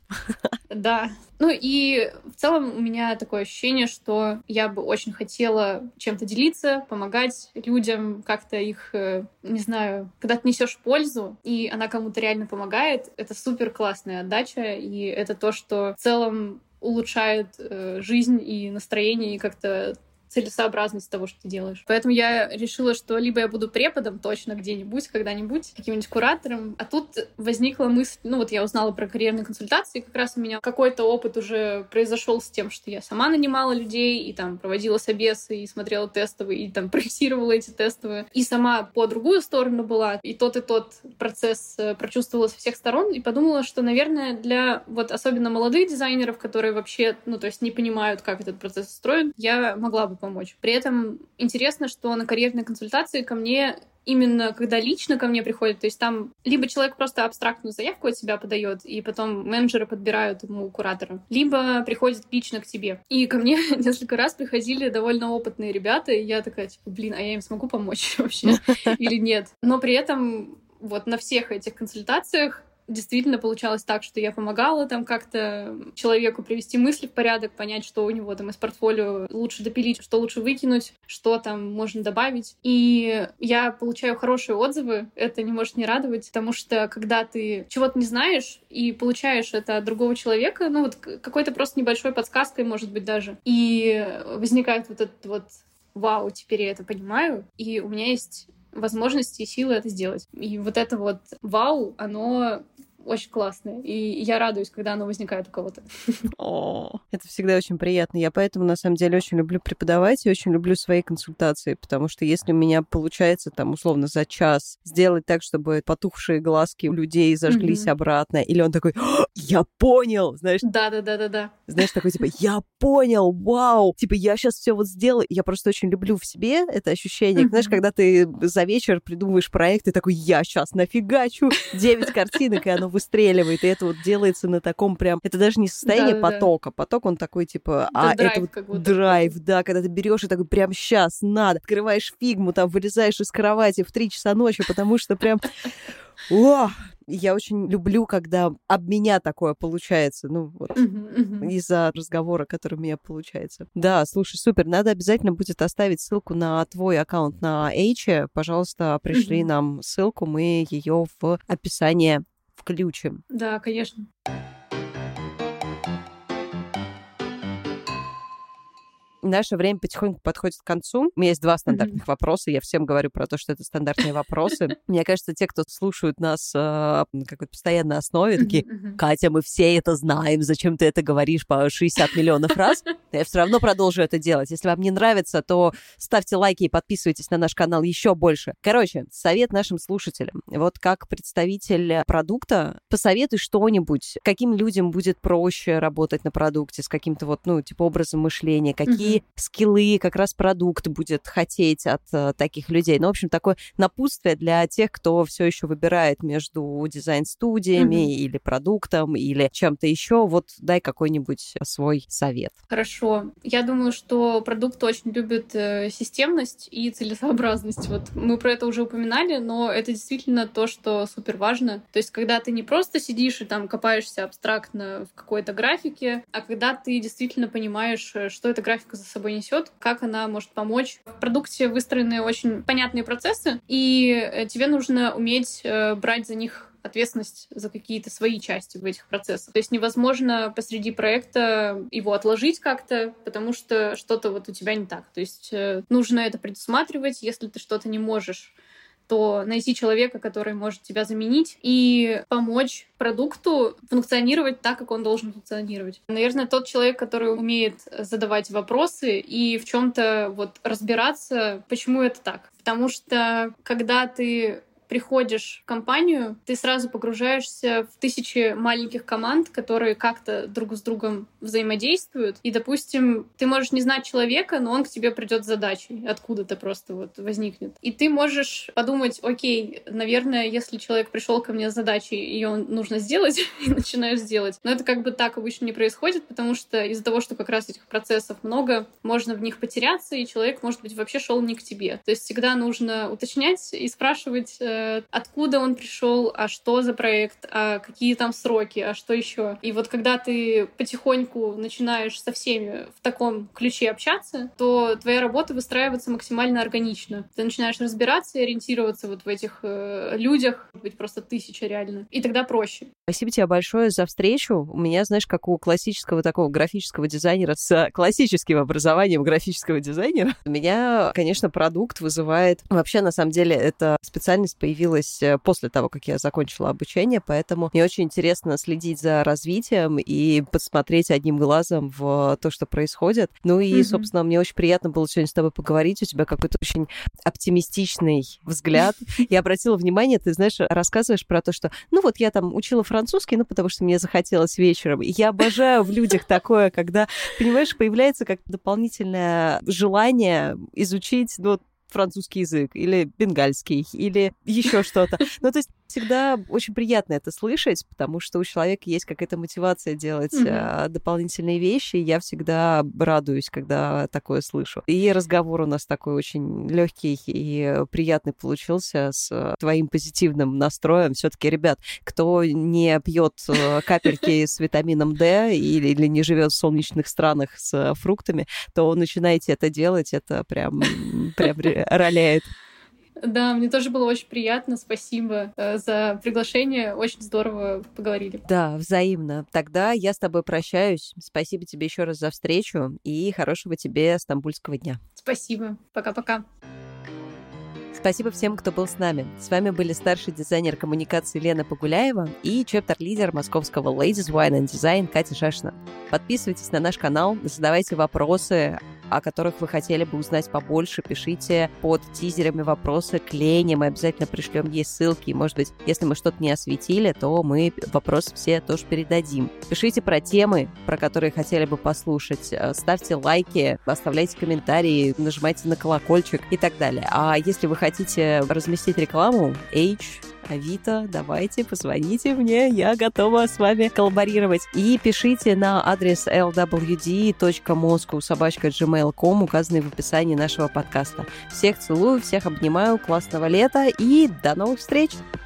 Да. Ну и в целом у меня такое ощущение, что я бы очень хотела чем-то делиться, помогать людям, как-то их, не знаю, когда ты несешь пользу, и она кому-то реально помогает, это супер классная отдача, и это то, что в целом улучшает жизнь и настроение, и как-то целесообразность того, что ты делаешь. Поэтому я решила, что либо я буду преподом точно где-нибудь, когда-нибудь, каким-нибудь куратором. А тут возникла мысль, ну вот я узнала про карьерные консультации, как раз у меня какой-то опыт уже произошел с тем, что я сама нанимала людей и там проводила собесы, и смотрела тестовые, и там проектировала эти тестовые. И сама по другую сторону была, и тот процесс прочувствовала со всех сторон, и подумала, что, наверное, для вот особенно молодых дизайнеров, которые вообще, ну то есть не понимают, как этот процесс устроен, я могла бы помочь. При этом интересно, что на карьерные консультации ко мне именно когда лично ко мне приходят, то есть там либо человек просто абстрактную заявку от себя подает, и потом менеджеры подбирают ему куратора, либо приходит лично к тебе. И ко мне несколько раз приходили довольно опытные ребята, и я такая, типа, блин, а я им смогу помочь вообще или нет? Но при этом вот на всех этих консультациях действительно получалось так, что я помогала там как-то человеку привести мысли в порядок, понять, что у него там из портфолио лучше допилить, что лучше выкинуть, что там можно добавить. И я получаю хорошие отзывы, это не может не радовать, потому что когда ты чего-то не знаешь и получаешь это от другого человека, ну вот какой-то просто небольшой подсказкой, может быть, даже, и возникает вот этот вот «Вау, теперь я это понимаю», и у меня есть возможности и силы это сделать. И вот это вот «Вау», оно очень классное. И я радуюсь, когда оно возникает у кого-то. О, это всегда очень приятно. Я поэтому, на самом деле, очень люблю преподавать и очень люблю свои консультации, потому что если у меня получается, там, условно, за час сделать так, чтобы потухшие глазки у людей зажглись обратно, или он такой «Я понял!» Знаешь? Да. Знаешь, такой, типа, «Я понял! Вау!» Типа, я сейчас все вот сделаю. Я просто очень люблю в себе это ощущение. Знаешь, когда ты за вечер придумываешь проект, и такой «Я сейчас нафигачу 9 картинок», и оно выстреливает, и это вот делается на таком прям... Это даже не состояние потока. Поток, он такой, типа... Это вот как будто драйв, да, когда ты берешь и такой прям сейчас надо. Открываешь фигму, там, вылезаешь из кровати в 3 часа ночи, потому что прям... О! Я очень люблю, когда об меня такое получается, ну, вот, из-за разговора, который у меня получается. Да, слушай, супер, надо обязательно будет оставить ссылку на твой аккаунт на Эйче. Пожалуйста, пришли нам ссылку, мы ее в описании включим. Да, конечно. Наше время потихоньку подходит к концу. У меня есть 2 стандартных вопроса. Я всем говорю про то, что это стандартные вопросы. Мне кажется, те, кто слушают нас на какой-то постоянной основе, такие: «Катя, мы все это знаем, зачем ты это говоришь по 60 миллионов раз?» Я все равно продолжу это делать. Если вам не нравится, то ставьте лайки и подписывайтесь на наш канал еще больше. Короче, совет нашим слушателям. Вот как представитель продукта, посоветуй что-нибудь, каким людям будет проще работать на продукте, с каким-то вот, ну, типа образом мышления, какие скиллы как раз продукт будет хотеть от таких людей. Ну, в общем, такое напутствие для тех, кто все еще выбирает между дизайн-студиями или продуктом, или чем-то еще. Вот дай какой-нибудь свой совет. Хорошо. Я думаю, что продукт очень любит системность и целесообразность. Вот мы про это уже упоминали, но это действительно то, что супер важно. То есть, когда ты не просто сидишь и там копаешься абстрактно в какой-то графике, а когда ты действительно понимаешь, что эта графика за собой несет, как она может помочь. В продукте выстроены очень понятные процессы, и тебе нужно уметь брать за них ответственность за какие-то свои части в этих процессах. То есть невозможно посреди проекта его отложить как-то, потому что что-то вот у тебя не так. То есть нужно это предусматривать. Если ты что-то не можешь, то найти человека, который может тебя заменить и помочь продукту функционировать так, как он должен функционировать. Наверное, тот человек, который умеет задавать вопросы и в чем-то вот разбираться, почему это так. Потому что когда ты приходишь в компанию, ты сразу погружаешься в тысячи маленьких команд, которые как-то друг с другом взаимодействуют. И, допустим, ты можешь не знать человека, но он к тебе придет с задачей. Откуда-то просто вот возникнет. И ты можешь подумать, окей, наверное, если человек пришел ко мне с задачей, ее нужно сделать, и начинаешь делать. Но это как бы так обычно не происходит, потому что из-за того, что как раз этих процессов много, можно в них потеряться, и человек, может быть, вообще шел не к тебе. То есть всегда нужно уточнять и спрашивать, откуда он пришел, а что за проект, а какие там сроки, а что еще. И вот когда ты потихоньку начинаешь со всеми в таком ключе общаться, то твоя работа выстраивается максимально органично. Ты начинаешь разбираться и ориентироваться вот в этих людях, может быть, просто 1000 реально. И тогда проще. Спасибо тебе большое за встречу. У меня, знаешь, как у классического такого графического дизайнера с классическим образованием графического дизайнера, у меня, конечно, продукт вызывает... Вообще, на самом деле, эта специальность появилась после того, как я закончила обучение, поэтому мне очень интересно следить за развитием и посмотреть одним глазом в то, что происходит. Ну и, собственно, мне очень приятно было сегодня с тобой поговорить. У тебя какой-то очень оптимистичный взгляд. Я обратила внимание, ты, знаешь, рассказываешь про то, что, ну вот я там учила французский, ну потому что мне захотелось вечером. И я обожаю в людях такое, когда, понимаешь, появляется как дополнительное желание изучить, ну, французский язык, или бенгальский, или еще что-то. Ну, то есть всегда очень приятно это слышать, потому что у человека есть какая-то мотивация делать дополнительные вещи, и я всегда радуюсь, когда такое слышу. И разговор у нас такой очень легкий и приятный получился с твоим позитивным настроем. Все-таки, ребят, кто не пьет капельки с витамином D или не живет в солнечных странах с фруктами, то начинайте это делать, это прям роляет. Да, мне тоже было очень приятно. Спасибо за приглашение. Очень здорово поговорили. Да, взаимно. Тогда я с тобой прощаюсь. Спасибо тебе еще раз за встречу и хорошего тебе стамбульского дня. Спасибо. Пока-пока. Спасибо всем, кто был с нами. С вами были старший дизайнер коммуникации Лена Погуляева и чептер-лидер московского Ladies Wine and Design Катя Шашина. Подписывайтесь на наш канал, задавайте вопросы, о которых вы хотели бы узнать побольше, пишите под тизерами вопросы к Лене, мы обязательно пришлем ей ссылки, и, может быть, если мы что-то не осветили, то мы вопросы все тоже передадим. Пишите про темы, про которые хотели бы послушать, ставьте лайки, оставляйте комментарии, нажимайте на колокольчик и так далее. А если вы хотите разместить рекламу, Авито, давайте, позвоните мне, я готова с вами коллаборировать. И пишите на адрес lwd.moscow@gmail.com, указанный в описании нашего подкаста. Всех целую, всех обнимаю, классного лета и до новых встреч!